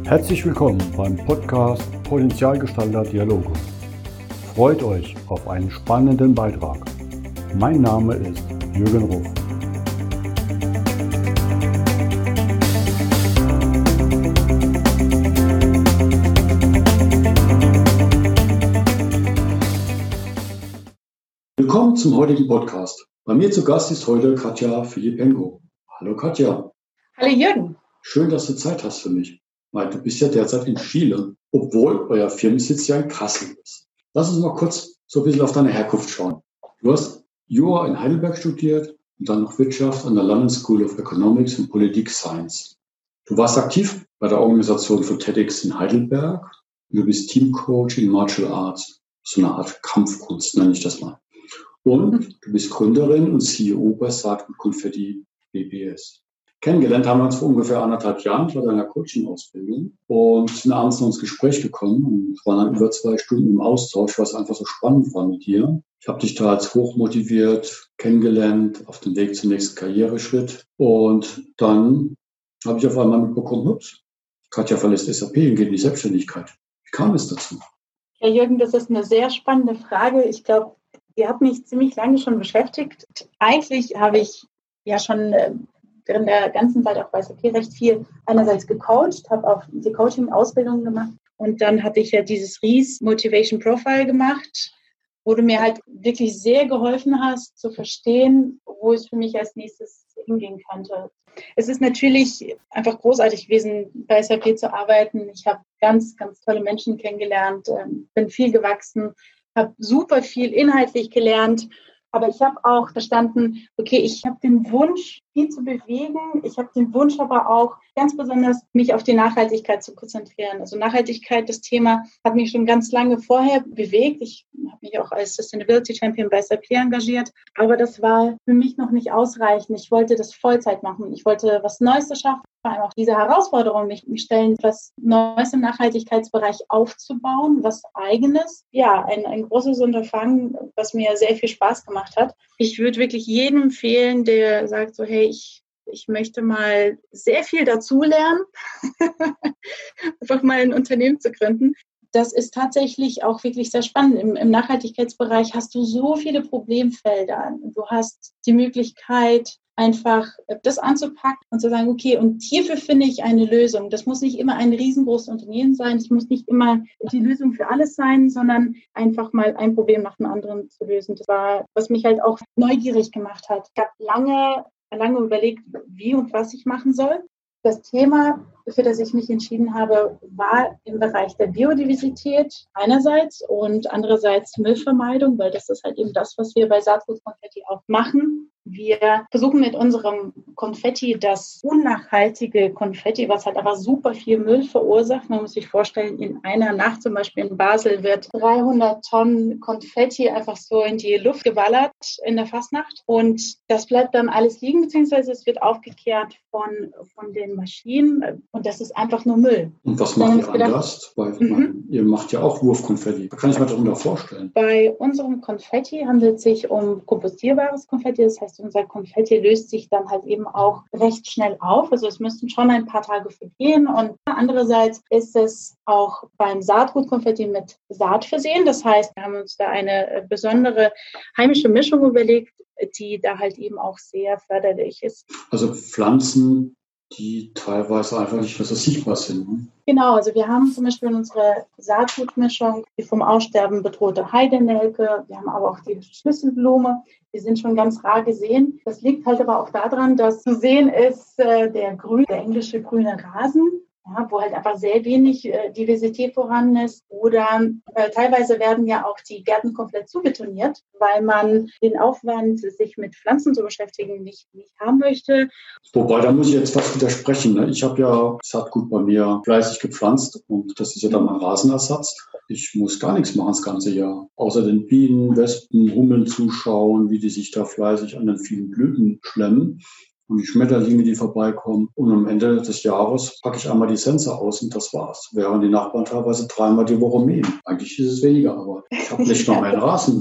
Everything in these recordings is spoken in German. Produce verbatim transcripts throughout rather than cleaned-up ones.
Herzlich willkommen beim Podcast Potenzialgestalter Dialoge. Freut euch auf einen spannenden Beitrag. Mein Name ist Jürgen Ruf. Willkommen zum heutigen Podcast. Bei mir zu Gast ist heute Katja Filipenko. Hallo Katja. Hallo Jürgen. Schön, dass du Zeit hast für mich. Weil du bist ja derzeit in Chile, obwohl euer Firmensitz ja in Kassel ist. Lass uns mal kurz so ein bisschen auf deine Herkunft schauen. Du hast Jura in Heidelberg studiert und dann noch Wirtschaft an der London School of Economics und Political Science. Du warst aktiv bei der Organisation von TEDx in Heidelberg und du bist Teamcoach in Martial Arts, so eine Art Kampfkunst, nenne ich das mal. Und du bist Gründerin und C E O bei Saatgut Konfetti B B S. Kennengelernt haben wir uns vor ungefähr anderthalb Jahren bei deiner Coaching-Ausbildung und sind abends noch ins Gespräch gekommen und waren dann über zwei Stunden im Austausch, was einfach so spannend war mit dir. Ich habe dich da als hochmotiviert kennengelernt auf dem Weg zum nächsten Karriereschritt und dann habe ich auf einmal mitbekommen, ups, Katja verlässt S A P und geht in die Selbstständigkeit. Wie kam es dazu? Ja, Jürgen, das ist eine sehr spannende Frage. Ich glaube, die hat mich ziemlich lange schon beschäftigt. Eigentlich habe ich ja schon während der ganzen Zeit auch bei S A P recht viel einerseits gecoacht, habe auch die Coaching-Ausbildung gemacht und dann hatte ich ja dieses R I S Motivation Profile gemacht, wo du mir halt wirklich sehr geholfen hast zu verstehen, wo es für mich als nächstes hingehen könnte. Es ist natürlich einfach großartig gewesen, bei S A P zu arbeiten. Ich habe ganz, ganz tolle Menschen kennengelernt, bin viel gewachsen, habe super viel inhaltlich gelernt. Aber ich habe auch verstanden, okay, ich habe den Wunsch, viel zu bewegen. Ich habe den Wunsch aber auch ganz besonders, mich auf die Nachhaltigkeit zu konzentrieren. Also Nachhaltigkeit, das Thema, hat mich schon ganz lange vorher bewegt. Ich habe mich auch als Sustainability Champion bei S A P engagiert. Aber das war für mich noch nicht ausreichend. Ich wollte das Vollzeit machen. Ich wollte was Neues schaffen. Vor allem auch diese Herausforderung, mich, mich stellen, was Neues im Nachhaltigkeitsbereich aufzubauen, was Eigenes. Ja, ein, ein großes Unterfangen, was mir sehr viel Spaß gemacht hat. Ich würde wirklich jedem empfehlen, der sagt so, hey, ich, ich möchte mal sehr viel dazulernen, einfach mal ein Unternehmen zu gründen. Das ist tatsächlich auch wirklich sehr spannend. Im, Im Nachhaltigkeitsbereich hast du so viele Problemfelder. Du hast die Möglichkeit, einfach das anzupacken und zu sagen, okay, und hierfür finde ich eine Lösung. Das muss nicht immer ein riesengroßes Unternehmen sein, es muss nicht immer die Lösung für alles sein, sondern einfach mal ein Problem nach dem anderen zu lösen. Das war, was mich halt auch neugierig gemacht hat. Ich habe lange, lange überlegt, wie und was ich machen soll. Das Thema, für das ich mich entschieden habe, war im Bereich der Biodiversität einerseits und andererseits Müllvermeidung, weil das ist halt eben das, was wir bei Saatgut Konfetti auch machen. Wir versuchen mit unserem Konfetti das unnachhaltige Konfetti, was halt aber super viel Müll verursacht. Man muss sich vorstellen, in einer Nacht zum Beispiel in Basel wird dreihundert Tonnen Konfetti einfach so in die Luft geballert in der Fastnacht. Und das bleibt dann alles liegen, beziehungsweise es wird aufgekehrt von, von den Maschinen. Und das ist einfach nur Müll. Und was macht ihr anders? Weil mhm. man, ihr macht ja auch Wurfkonfetti. Da kann ich mir darunter vorstellen. Bei unserem Konfetti handelt es sich um kompostierbares Konfetti. Das heißt, unser Konfetti löst sich dann halt eben auch recht schnell auf. Also es müssten schon ein paar Tage vergehen. Und andererseits ist es auch beim Saatgutkonfetti mit Saat versehen. Das heißt, wir haben uns da eine besondere heimische Mischung überlegt, die da halt eben auch sehr förderlich ist. Also Pflanzen, die teilweise einfach nicht mehr so sichtbar sind. Ne? Genau, also wir haben zum Beispiel in unserer Saatgutmischung die vom Aussterben bedrohte Heidenelke, wir haben aber auch die Schlüsselblume, die sind schon ganz rar gesehen. Das liegt halt aber auch daran, dass zu sehen ist äh, der grüne, der englische grüne Rasen, ja, wo halt einfach sehr wenig äh, Diversität vorhanden ist. Oder äh, teilweise werden ja auch die Gärten komplett zubetoniert, weil man den Aufwand, sich mit Pflanzen zu beschäftigen, nicht, nicht haben möchte. Wobei, da muss ich jetzt fast widersprechen. Ne? Ich habe ja Saatgut bei mir fleißig gepflanzt und das ist ja dann mein Rasenersatz. Ich muss gar nichts machen das ganze Jahr, außer den Bienen, Wespen, Hummeln zuschauen, wie die sich da fleißig an den vielen Blüten schlemmen. Und die Schmetterlinge, die vorbeikommen. Und am Ende des Jahres packe ich einmal die Sense aus und das war's. Während die Nachbarn teilweise dreimal die Woche mähen. Eigentlich ist es weniger, aber ich habe nicht noch einen Rasen mehr.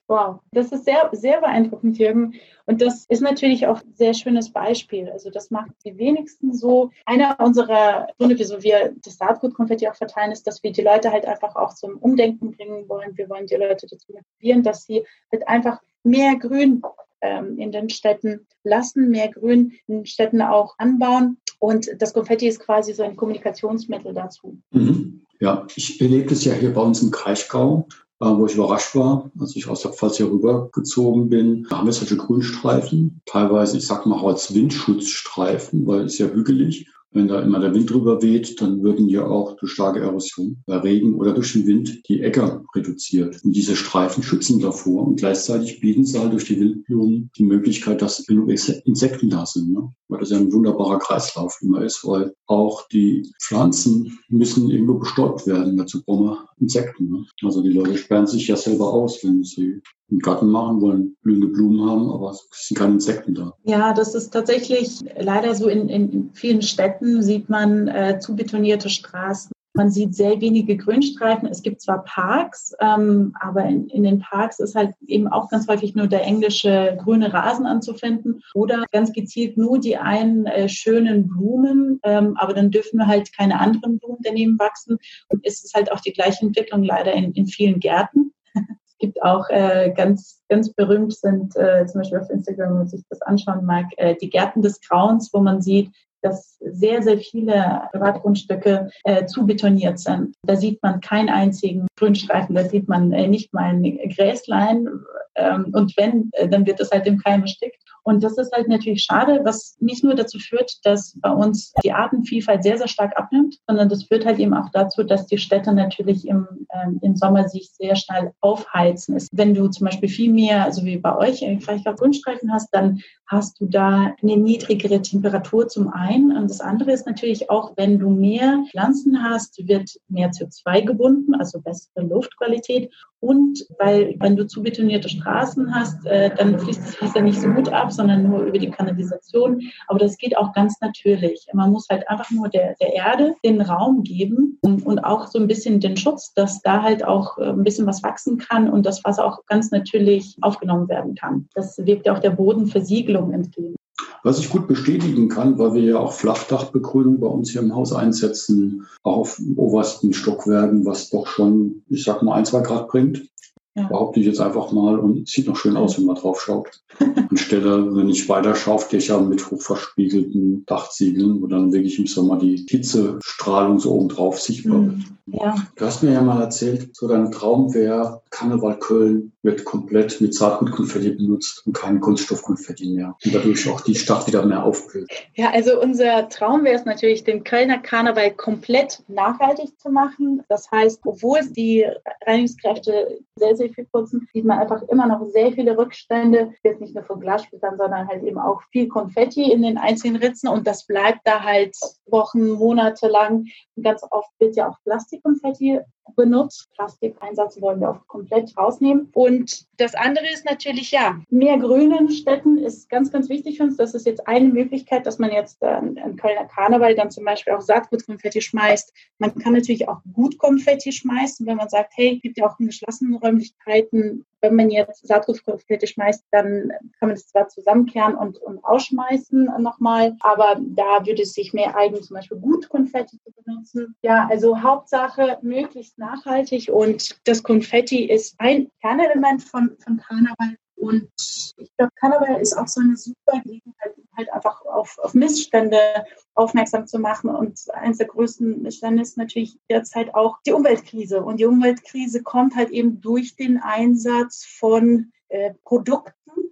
Wow, das ist sehr, sehr beeindruckend, Jürgen. Und das ist natürlich auch ein sehr schönes Beispiel. Also das macht die wenigsten so. Einer unserer Gründe, wieso wir das Saatgutkonfetti auch verteilen, ist, dass wir die Leute halt einfach auch zum Umdenken bringen wollen. Wir wollen die Leute dazu motivieren, dass sie halt einfach mehr Grün ähm, in den Städten lassen, mehr Grün in den Städten auch anbauen. Und das Konfetti ist quasi so ein Kommunikationsmittel dazu. Mhm. Ja, ich erlebe das ja hier bei uns im Kraichgau, wo ich überrascht war, als ich aus der Pfalz hier rübergezogen bin. Da haben wir solche Grünstreifen, teilweise, ich sag mal, auch als Windschutzstreifen, weil es ist ja hügelig. Wenn da immer der Wind drüber weht, dann würden ja auch durch starke Erosion bei Regen oder durch den Wind die Äcker reduziert. Und diese Streifen schützen davor und gleichzeitig bieten sie halt durch die Wildblumen die Möglichkeit, dass genug Insekten da sind. Ne? Weil das ja ein wunderbarer Kreislauf immer ist, weil auch die Pflanzen müssen irgendwo bestäubt werden. Dazu brauchen wir Insekten. Ne? Also die Leute sperren sich ja selber aus, wenn sie einen Garten machen wollen, blühende Blumen haben, aber es sind keine Insekten da. Ja, das ist tatsächlich leider so. In, in vielen Städten sieht man äh, zu betonierte Straßen. Man sieht sehr wenige Grünstreifen. Es gibt zwar Parks, ähm, aber in, in den Parks ist halt eben auch ganz häufig nur der englische grüne Rasen anzufinden oder ganz gezielt nur die einen äh, schönen Blumen, ähm, aber dann dürfen wir halt keine anderen Blumen daneben wachsen. Und es ist halt auch die gleiche Entwicklung leider in, in vielen Gärten. Es gibt auch äh, ganz, ganz berühmt sind, äh, zum Beispiel auf Instagram, wenn man sich das anschauen mag, äh, die Gärten des Grauens, wo man sieht, dass sehr, sehr viele Privatgrundstücke äh, zu betoniert sind. Da sieht man keinen einzigen Grünstreifen, da sieht man äh, nicht mal ein Gräslein. Ähm, und wenn, äh, dann wird das halt im Keim erstickt. Und das ist halt natürlich schade, was nicht nur dazu führt, dass bei uns die Artenvielfalt sehr, sehr stark abnimmt, sondern das führt halt eben auch dazu, dass die Städte natürlich im, ähm, im Sommer sich sehr schnell aufheizen. Wenn du zum Beispiel viel mehr, also wie bei euch, vielleicht auch Grünstreifen hast, dann hast du da eine niedrigere Temperatur zum einen. Und das andere ist natürlich auch, wenn du mehr Pflanzen hast, wird mehr C O zwei gebunden, also bessere Luftqualität. Und weil, wenn du zu betonierte Straßen hast, äh, dann fließt das Wasser nicht so gut ab, sondern nur über die Kanalisation. Aber das geht auch ganz natürlich. Man muss halt einfach nur der, der Erde den Raum geben und, und auch so ein bisschen den Schutz, dass da halt auch ein bisschen was wachsen kann und das Wasser auch ganz natürlich aufgenommen werden kann. Das wirkt auch der Bodenversiegelung entgegen. Was ich gut bestätigen kann, weil wir ja auch Flachdachbegrünung bei uns hier im Haus einsetzen, auch auf obersten Stockwerken, was doch schon, ich sag mal, ein, zwei Grad bringt. Ja. Behaupte ich jetzt einfach mal und sieht noch schön aus, wenn man drauf schaut. Anstelle, wenn ich weiter Schaufdächer mit hochverspiegelten Dachziegeln, wo dann wirklich im Sommer die Hitzestrahlung so oben drauf sichtbar wird. Ja. Du hast mir ja mal erzählt, so dein Traum wäre, Karneval Köln wird komplett mit Saatgutkonfetti benutzt und kein Kunststoffkonfetti mehr. Und dadurch auch die Stadt wieder mehr aufblüht. Ja, also unser Traum wäre es natürlich, den Kölner Karneval komplett nachhaltig zu machen. Das heißt, obwohl es die Reinigungskräfte sehr, sehr viel putzen, sieht man einfach immer noch sehr viele Rückstände. Jetzt nicht nur von Glassplittern, sondern halt eben auch viel Konfetti in den einzelnen Ritzen. Und das bleibt da halt Wochen, Monate lang. Und ganz oft wird ja auch Plastikkonfetti benutzt. Plastikeinsatz wollen wir auch komplett rausnehmen. Und das andere ist natürlich, ja, mehr Grün in Städten ist ganz, ganz wichtig für uns. Das ist jetzt eine Möglichkeit, dass man jetzt äh, im Kölner Karneval dann zum Beispiel auch Saatgutkonfetti schmeißt. Man kann natürlich auch Gutkonfetti schmeißen, wenn man sagt, hey, es gibt ja auch in geschlossenen Räumlichkeiten, wenn man jetzt Saatgutkonfetti schmeißt, dann kann man das zwar zusammenkehren und, und ausschmeißen nochmal, aber da würde es sich mehr eignen, zum Beispiel Gutkonfetti zu benutzen. Ja, also Hauptsache möglichst nachhaltig und das Konfetti ist ein Kernelement von, von Karneval. Und ich glaube, Karneval ist auch so eine super Gelegenheit, halt einfach auf, auf Missstände aufmerksam zu machen. Und eines der größten Missstände ist natürlich derzeit auch die Umweltkrise. Und die Umweltkrise kommt halt eben durch den Einsatz von äh, Produkten,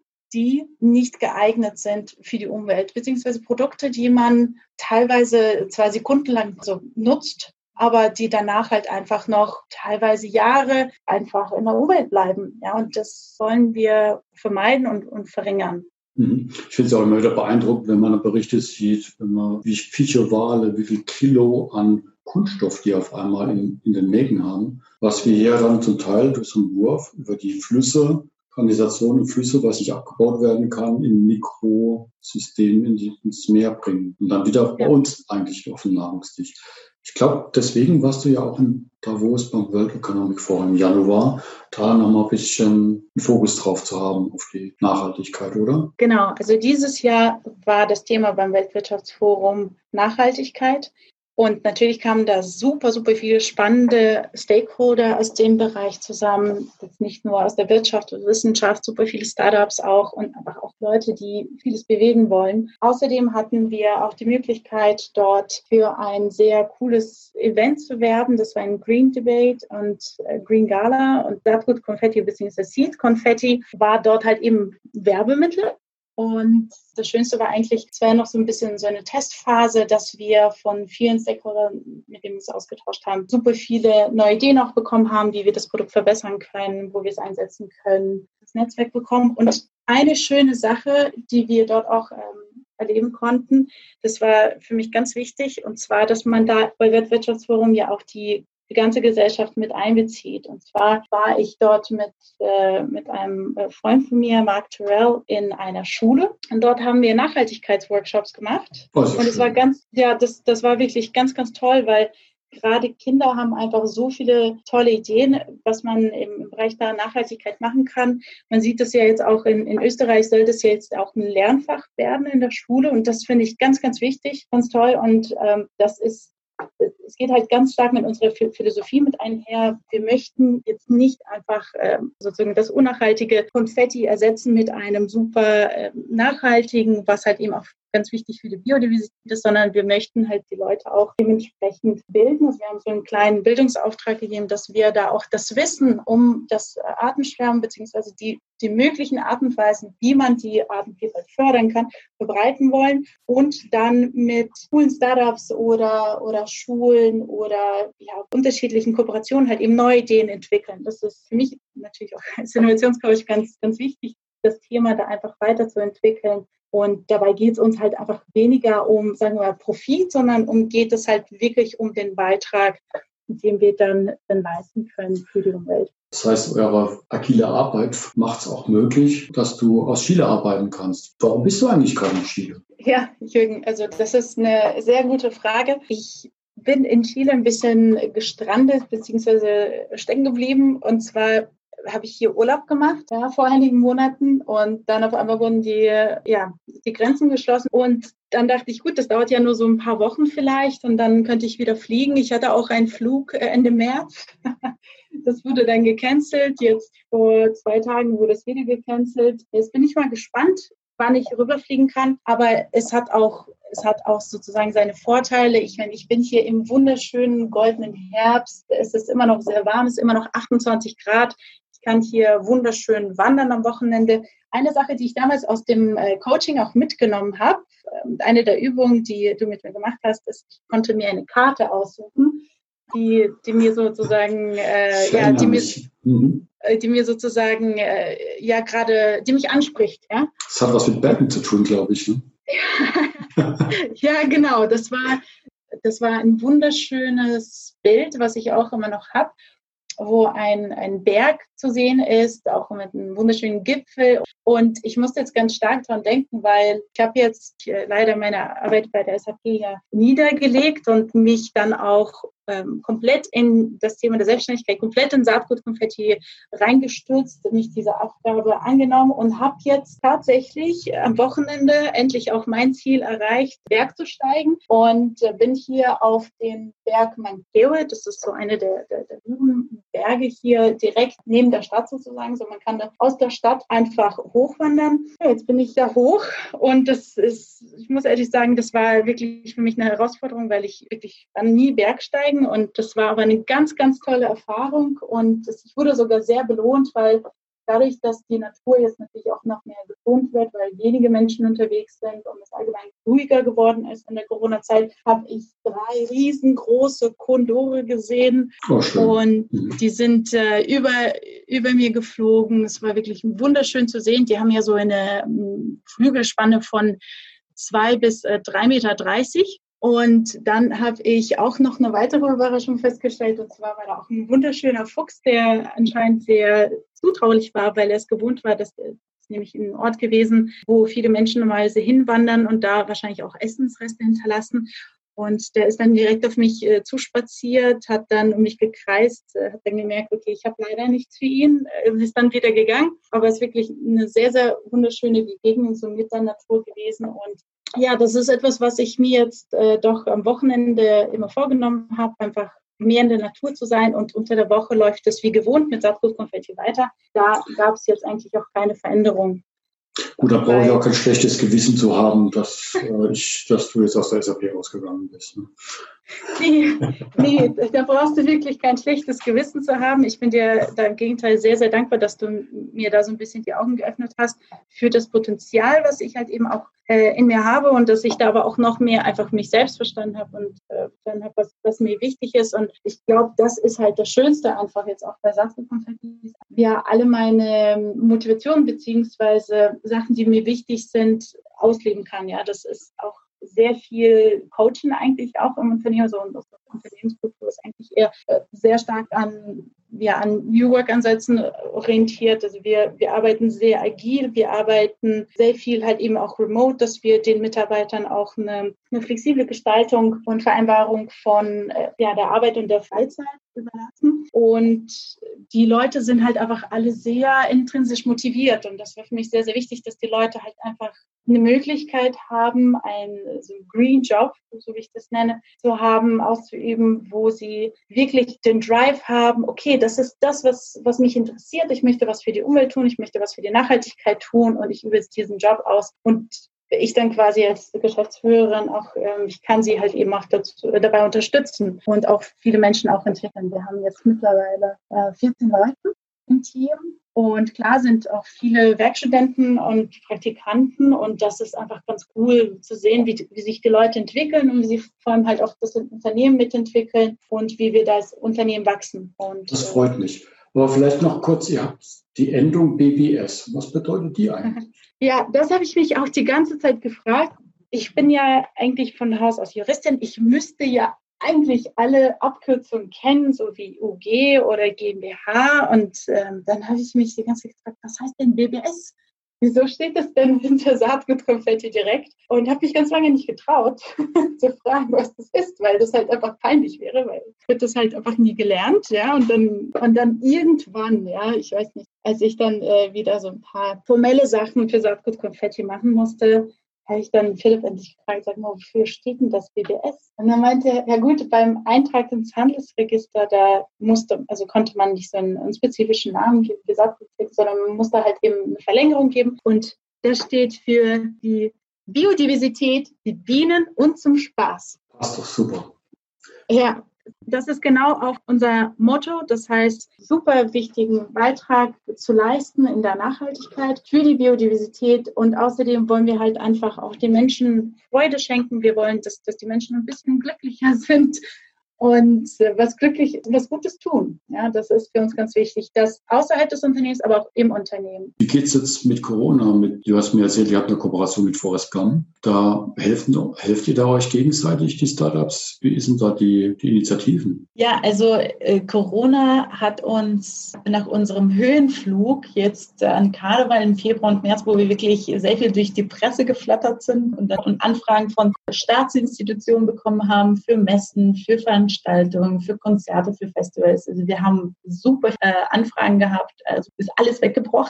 die nicht geeignet sind für die Umwelt, beziehungsweise Produkte, die man teilweise zwei Sekunden lang so nutzt, aber die danach halt einfach noch teilweise Jahre einfach in der Umwelt bleiben. Ja, und das sollen wir vermeiden und, und verringern. Ich finde es auch immer wieder beeindruckend, wenn man Berichte sieht, wenn man, wie Fische, Wale, wie viel Kilo an Kunststoff die auf einmal in, in den Mägen haben, was wir hier dann zum Teil durch so einen Wurf über die Flüsse, Kanalisationen, Flüsse, was nicht abgebaut werden kann, in Mikrosystemen in die, ins Meer bringen und dann wieder ja. bei uns eigentlich auf den Nahrungstisch. Ich glaube, deswegen warst du ja auch in Davos beim World Economic Forum im Januar, da nochmal ein bisschen einen Fokus drauf zu haben auf die Nachhaltigkeit, oder? Genau, also dieses Jahr war das Thema beim Weltwirtschaftsforum Nachhaltigkeit. Und natürlich kamen da super, super viele spannende Stakeholder aus dem Bereich zusammen. Jetzt nicht nur aus der Wirtschaft und Wissenschaft, super viele Startups auch und aber auch Leute, die vieles bewegen wollen. Außerdem hatten wir auch die Möglichkeit, dort für ein sehr cooles Event zu werben. Das war ein Green Debate und Green Gala und Saatgut Konfetti bzw. Seed Konfetti war dort halt eben Werbemittel. Und das Schönste war eigentlich, es war noch so ein bisschen so eine Testphase, dass wir von vielen Stakeholdern, mit denen wir uns ausgetauscht haben, super viele neue Ideen auch bekommen haben, wie wir das Produkt verbessern können, wo wir es einsetzen können, das Netzwerk bekommen. Und eine schöne Sache, die wir dort auch ähm, erleben konnten, das war für mich ganz wichtig, und zwar, dass man da bei Weltwirtschaftsforum ja auch die die ganze Gesellschaft mit einbezieht. Und zwar war ich dort mit, äh, mit einem Freund von mir, Mark Terrell, in einer Schule. Und dort haben wir Nachhaltigkeitsworkshops gemacht. Oh, und es war ganz, ja, das, das war wirklich ganz, ganz toll, weil gerade Kinder haben einfach so viele tolle Ideen, was man im Bereich der Nachhaltigkeit machen kann. Man sieht das ja jetzt auch in, in Österreich, soll das ja jetzt auch ein Lernfach werden in der Schule. Und das finde ich ganz, ganz wichtig, ganz toll. Und ähm, das ist Es geht halt ganz stark mit unserer Philosophie mit einher. Wir möchten jetzt nicht einfach äh, sozusagen das unnachhaltige Konfetti ersetzen mit einem super äh, nachhaltigen, was halt eben auch ganz wichtig für die Biodiversität ist, sondern wir möchten halt die Leute auch dementsprechend bilden. Also wir haben so einen kleinen Bildungsauftrag gegeben, dass wir da auch das Wissen um das Artensterben beziehungsweise die, die möglichen Artenweisen, wie man die Artenvielfalt fördern kann, verbreiten wollen und dann mit coolen Startups oder, oder Schulen oder ja, unterschiedlichen Kooperationen halt eben neue Ideen entwickeln. Das ist für mich natürlich auch als Innovationscoach ganz, ganz wichtig, das Thema da einfach weiterzuentwickeln. Und dabei geht es uns halt einfach weniger um, sagen wir mal, Profit, sondern um geht es halt wirklich um den Beitrag, den wir dann, dann leisten können für die Umwelt. Das heißt, eure agile Arbeit macht es auch möglich, dass du aus Chile arbeiten kannst. Warum bist du eigentlich gerade in Chile? Ja, Jürgen, also das ist eine sehr gute Frage. Ich bin in Chile ein bisschen gestrandet bzw. stecken geblieben, und zwar habe ich hier Urlaub gemacht, ja, vor einigen Monaten, und dann auf einmal wurden die, ja, die Grenzen geschlossen und dann dachte ich, gut, das dauert ja nur so ein paar Wochen vielleicht und dann könnte ich wieder fliegen. Ich hatte auch einen Flug Ende März. Das wurde dann gecancelt. Jetzt vor zwei Tagen wurde es wieder gecancelt. Jetzt bin ich mal gespannt, wann ich rüberfliegen kann, aber es hat auch Es hat auch sozusagen seine Vorteile. Ich meine, ich bin hier im wunderschönen goldenen Herbst. Es ist immer noch sehr warm, es ist immer noch achtundzwanzig Grad. Ich kann hier wunderschön wandern am Wochenende. Eine Sache, die ich damals aus dem Coaching auch mitgenommen habe, eine der Übungen, die du mit mir gemacht hast, ist, ich konnte mir eine Karte aussuchen, die, die mir sozusagen, äh, ja, die mir, mhm. die mir sozusagen, äh, ja, gerade, die mich anspricht, ja. Das hat was mit Bergen zu tun, glaube ich, ne? Ja, genau. Das war, das war ein wunderschönes Bild, was ich auch immer noch habe, wo ein, ein Berg zu sehen ist, auch mit einem wunderschönen Gipfel. Und ich musste jetzt ganz stark dran denken, weil ich habe jetzt leider meine Arbeit bei der S A P ja niedergelegt und mich dann auch ähm, komplett in das Thema der Selbstständigkeit, komplett in Saatgutkonfetti reingestürzt, mich dieser Aufgabe angenommen und habe jetzt tatsächlich am Wochenende endlich auch mein Ziel erreicht, Berg zu steigen, und äh, bin hier auf den Berg Manquehue. Das ist so eine der, der, der Berge hier direkt neben der Stadt sozusagen. So, man kann da aus der Stadt einfach hochwandern. Ja, jetzt bin ich da hoch und das ist, ich muss ehrlich sagen, das war wirklich für mich eine Herausforderung, weil ich wirklich dann nie Bergsteigen, und das war aber eine ganz, ganz tolle Erfahrung und das, ich wurde sogar sehr belohnt, weil dadurch, dass die Natur jetzt natürlich auch noch mehr betont wird, weil wenige Menschen unterwegs sind und es allgemein ruhiger geworden ist in der Corona-Zeit, habe ich drei riesengroße Kondore gesehen. Oh, und mhm. die sind äh, über, über mir geflogen. Es war wirklich wunderschön zu sehen. Die haben ja so eine um, Flügelspanne von zwei bis äh, drei Meter dreißig. Und dann habe ich auch noch eine weitere Überraschung festgestellt, und zwar war da auch ein wunderschöner Fuchs, der anscheinend sehr zutraulich war, weil er es gewohnt war, dass er ist nämlich ein Ort gewesen, wo viele Menschen normalerweise hinwandern und da wahrscheinlich auch Essensreste hinterlassen. Und der ist dann direkt auf mich äh, zuspaziert, hat dann um mich gekreist, äh, hat dann gemerkt, okay, ich habe leider nichts für ihn, äh, ist dann wieder gegangen. Aber es ist wirklich eine sehr, sehr wunderschöne Begegnung so mit der Natur gewesen. Und ja, das ist etwas, was ich mir jetzt äh, doch am Wochenende immer vorgenommen habe, einfach mehr in der Natur zu sein. Und unter der Woche läuft es wie gewohnt mit Saatgutkonfetti weiter. Da gab es jetzt eigentlich auch keine Veränderung. Gut, da brauche ich auch kein schlechtes Gewissen zu haben, dass, äh, ich, dass du jetzt aus der S A P rausgegangen bist. Ne? Nee, nee, da brauchst du wirklich kein schlechtes Gewissen zu haben. Ich bin dir da im Gegenteil sehr, sehr dankbar, dass du mir da so ein bisschen die Augen geöffnet hast für das Potenzial, was ich halt eben auch äh, in mir habe und dass ich da aber auch noch mehr einfach mich selbst verstanden habe und äh, verstanden habe, was, was mir wichtig ist. Und ich glaube, das ist halt das Schönste einfach jetzt auch bei Saatgutkonfetti. Ja, alle meine Motivationen beziehungsweise Sachen, die mir wichtig sind, ausleben kann. Ja, das ist auch sehr viel Coaching eigentlich auch im Unternehmen, also unsere Unternehmenskultur ist eigentlich eher sehr stark an, ja, an New Work-Ansätzen orientiert. Also wir, wir arbeiten sehr agil, wir arbeiten sehr viel halt eben auch remote, dass wir den Mitarbeitern auch eine, eine flexible Gestaltung und Vereinbarung von ja, der Arbeit und der Freizeit überlassen. Und die Leute sind halt einfach alle sehr intrinsisch motiviert. Und das war für mich sehr, sehr wichtig, dass die Leute halt einfach eine Möglichkeit haben, einen so einen Green Job, so wie ich das nenne, zu haben, auszuüben, wo sie wirklich den Drive haben, okay, das ist das, was, was mich interessiert. Ich möchte was für die Umwelt tun, ich möchte was für die Nachhaltigkeit tun und ich übe jetzt diesen Job aus. Und ich dann quasi als Geschäftsführerin auch, ähm, ich kann sie halt eben auch dazu, äh, dabei unterstützen und auch viele Menschen auch entwickeln. Wir haben jetzt mittlerweile äh, vierzehn Leute im Team. Und klar sind auch viele Werkstudenten und Praktikanten und das ist einfach ganz cool zu sehen, wie, wie sich die Leute entwickeln und wie sie vor allem halt auch das Unternehmen mitentwickeln und wie wir das Unternehmen wachsen. Und, das freut mich. Aber vielleicht noch kurz, ihr habt die Endung B B S. Was bedeutet die eigentlich? Ja, das habe ich mich auch die ganze Zeit gefragt. Ich bin ja eigentlich von Haus aus Juristin. Ich müsste ja eigentlich alle Abkürzungen kennen, so wie U G oder GmbH. Und ähm, dann habe ich mich die ganze Zeit gefragt, was heißt denn B B S? Wieso steht das denn hinter Saatgutkonfetti direkt? Und habe mich ganz lange nicht getraut, zu fragen, was das ist, weil das halt einfach peinlich wäre, weil ich habe das halt einfach nie gelernt, ja. Und dann, und dann irgendwann, ja, ich weiß nicht, als ich dann äh, wieder so ein paar formelle Sachen für Saatgutkonfetti machen musste, habe ich dann Philipp endlich gefragt, sag mal, wofür steht denn das B B S? Und dann meinte er, ja gut, beim Eintrag ins Handelsregister, da musste, also konnte man nicht so einen, einen spezifischen Namen geben, sondern man musste halt eben eine Verlängerung geben. Und das steht für die Biodiversität, die Bienen und zum Spaß. Das ist doch super. Ja. Das ist genau auch unser Motto. Das heißt, super wichtigen Beitrag zu leisten in der Nachhaltigkeit für die Biodiversität. Und außerdem wollen wir halt einfach auch den Menschen Freude schenken. Wir wollen, dass, dass die Menschen ein bisschen glücklicher sind und was glücklich, was Gutes tun. Ja, das ist für uns ganz wichtig. Das außerhalb des Unternehmens, aber auch im Unternehmen. Wie geht es jetzt mit Corona? Mit, du hast mir erzählt, ihr habt eine Kooperation mit Forest Gum. Da helfen, helft ihr da euch gegenseitig, die Startups? Wie sind da die, die Initiativen? Ja, also äh, Corona hat uns nach unserem Höhenflug jetzt äh, an Karneval im Februar und März, wo wir wirklich sehr viel durch die Presse geflattert sind und dann und Anfragen von Staatsinstitutionen bekommen haben für Messen, für Veranstaltungen, für Konzerte, für Festivals. Also wir haben super äh, Anfragen gehabt, also ist alles weggebrochen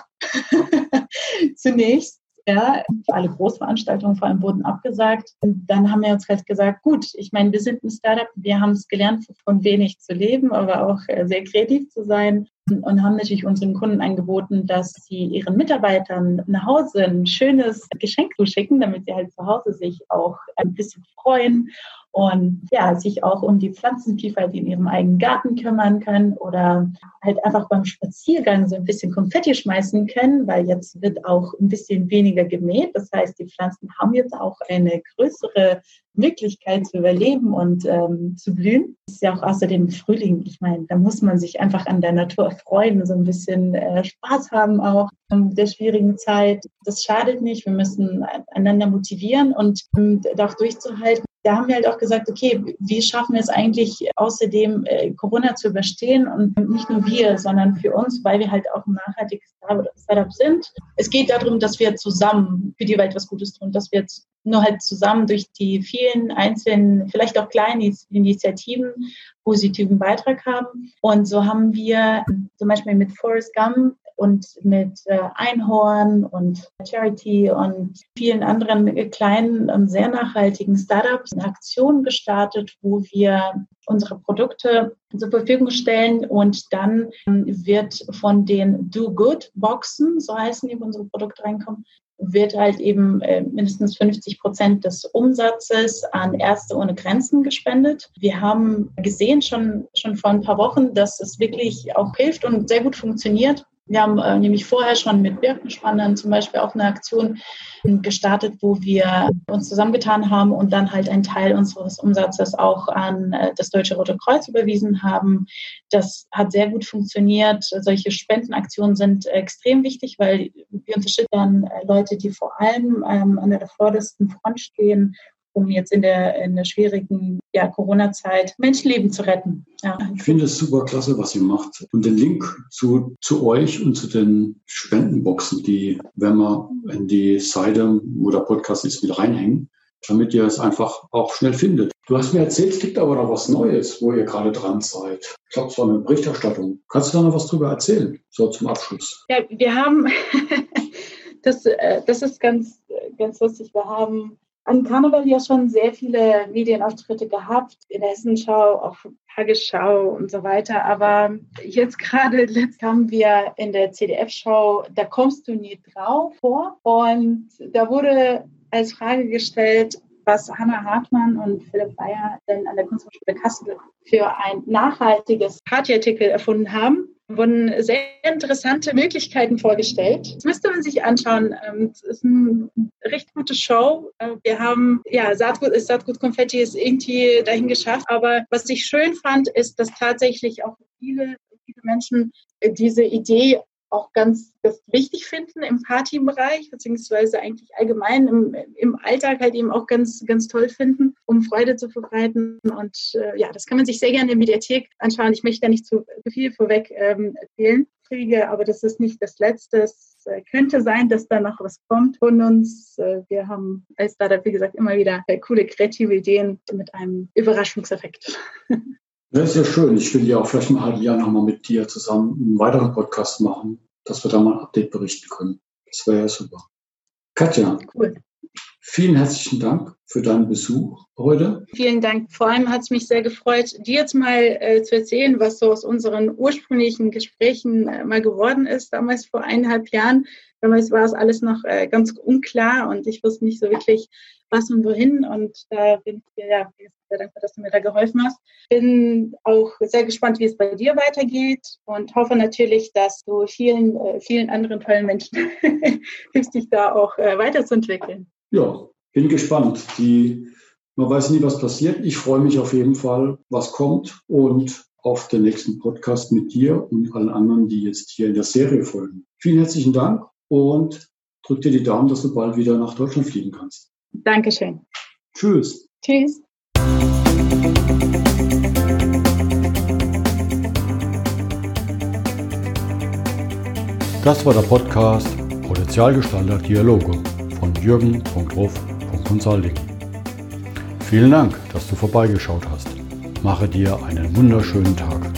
zunächst. Ja, alle Großveranstaltungen vor allem wurden abgesagt. Und dann haben wir uns halt gesagt, gut, ich meine, wir sind ein Startup, wir haben es gelernt, von wenig zu leben, aber auch sehr kreativ zu sein und haben natürlich unseren Kunden angeboten, dass sie ihren Mitarbeitern nach Hause ein schönes Geschenk zuschicken, damit sie halt zu Hause sich auch ein bisschen freuen und ja, sich auch um die Pflanzenvielfalt in ihrem eigenen Garten kümmern können oder halt einfach beim Spaziergang so ein bisschen Konfetti schmeißen können, weil jetzt wird auch ein bisschen weniger gemäht. Das heißt, die Pflanzen haben jetzt auch eine größere Möglichkeit zu überleben und ähm, zu blühen. Das ist ja auch außerdem Frühling. Ich meine, da muss man sich einfach an der Natur freuen, so ein bisschen äh, Spaß haben auch in der schwierigen Zeit. Das schadet nicht. Wir müssen einander motivieren und um, auch durchzuhalten. Da haben wir halt auch gesagt, okay, wie schaffen wir es eigentlich außerdem äh, Corona zu überstehen und nicht nur wir, sondern für uns, weil wir halt auch ein nachhaltiges Startup sind. Es geht darum, dass wir zusammen für die Welt was Gutes tun, dass wir jetzt nur halt zusammen durch die vielen einzelnen, vielleicht auch kleinen Initiativen positiven Beitrag haben. Und so haben wir zum Beispiel mit Forrest Gump und mit äh, Einhorn und Charity und vielen anderen kleinen und sehr nachhaltigen Startups eine Aktion gestartet, wo wir unsere Produkte zur Verfügung stellen und dann ähm, wird von den Do-Good-Boxen, so heißen die, wo unsere Produkte reinkommen, wird halt eben äh, mindestens fünfzig Prozent des Umsatzes an Ärzte ohne Grenzen gespendet. Wir haben gesehen schon, schon vor ein paar Wochen, dass es wirklich auch hilft und sehr gut funktioniert. Wir haben äh, nämlich vorher schon mit Birkenspannern zum Beispiel auch eine Aktion gestartet, wo wir uns zusammengetan haben und dann halt einen Teil unseres Umsatzes auch an äh, das Deutsche Rote Kreuz überwiesen haben. Das hat sehr gut funktioniert. Solche Spendenaktionen sind extrem wichtig, weil wir unterstützen dann äh, Leute, die vor allem ähm, an der vordersten Front stehen, um jetzt in der, in der schwierigen ja, Corona-Zeit Menschenleben zu retten. Ja. Ich finde es super klasse, was ihr macht. Und den Link zu, zu euch und zu den Spendenboxen, die werden wir in die Seite, wo der Podcast ist, mit reinhängen, damit ihr es einfach auch schnell findet. Du hast mir erzählt, es gibt aber noch was Neues, wo ihr gerade dran seid. Ich glaube, es war eine Berichterstattung. Kannst du da noch was drüber erzählen, so zum Abschluss? Ja, wir haben, das, das ist ganz, ganz lustig, wir haben an Karneval ja schon sehr viele Medienauftritte gehabt, in der Hessenschau, auf Tagesschau und so weiter. Aber jetzt gerade letzt haben wir in der C D F-Show Da kommst du nie drauf vor. Und da wurde als Frage gestellt, was Hannah Hartmann und Philipp Weyer denn an der Kunsthochschule Kassel für ein nachhaltiges Partyartikel erfunden haben. Es wurden sehr interessante Möglichkeiten vorgestellt. Das müsste man sich anschauen. Es ist eine recht gute Show. Wir haben, ja, Saatgut ist Saatgut Konfetti ist irgendwie dahin geschafft. Aber was ich schön fand, ist, dass tatsächlich auch viele, viele Menschen diese Idee auch ganz, ganz wichtig finden im Partybereich, beziehungsweise eigentlich allgemein im, im Alltag halt eben auch ganz, ganz toll finden, um Freude zu verbreiten. Und äh, ja, das kann man sich sehr gerne in der Mediathek anschauen. Ich möchte da nicht zu viel vorweg ähm, erzählen, kriege, aber das ist nicht das Letzte. Es äh, könnte sein, dass da noch was kommt von uns. Äh, wir haben als Startup, wie gesagt, immer wieder äh, coole, kreative Ideen mit einem Überraschungseffekt. Das ist ja schön. Ich will ja auch vielleicht im halben Jahr nochmal mit dir zusammen einen weiteren Podcast machen, dass wir da mal ein Update berichten können. Das wäre ja super. Katja, cool. Vielen herzlichen Dank für deinen Besuch heute. Vielen Dank. Vor allem hat es mich sehr gefreut, dir jetzt mal äh, zu erzählen, was so aus unseren ursprünglichen Gesprächen äh, mal geworden ist, damals vor eineinhalb Jahren. Damals war es alles noch äh, ganz unklar und ich wusste nicht so wirklich, was und wohin. Und da bin ich dir ja sehr dankbar, dass du mir da geholfen hast. Bin auch sehr gespannt, wie es bei dir weitergeht und hoffe natürlich, dass du vielen, äh, vielen anderen tollen Menschen hilfst, dich da auch äh, weiterzuentwickeln. Ja, bin gespannt. Die, man weiß nie, was passiert. Ich freue mich auf jeden Fall, was kommt und auf den nächsten Podcast mit dir und allen anderen, die jetzt hier in der Serie folgen. Vielen herzlichen Dank und drück dir die Daumen, dass du bald wieder nach Deutschland fliegen kannst. Dankeschön. Tschüss. Tschüss. Das war der Podcast Potenzialgestalter Dialoge von Jürgen Punkt Ruff Punkt Consulting. Vielen Dank, dass du vorbeigeschaut hast. Mache dir einen wunderschönen Tag.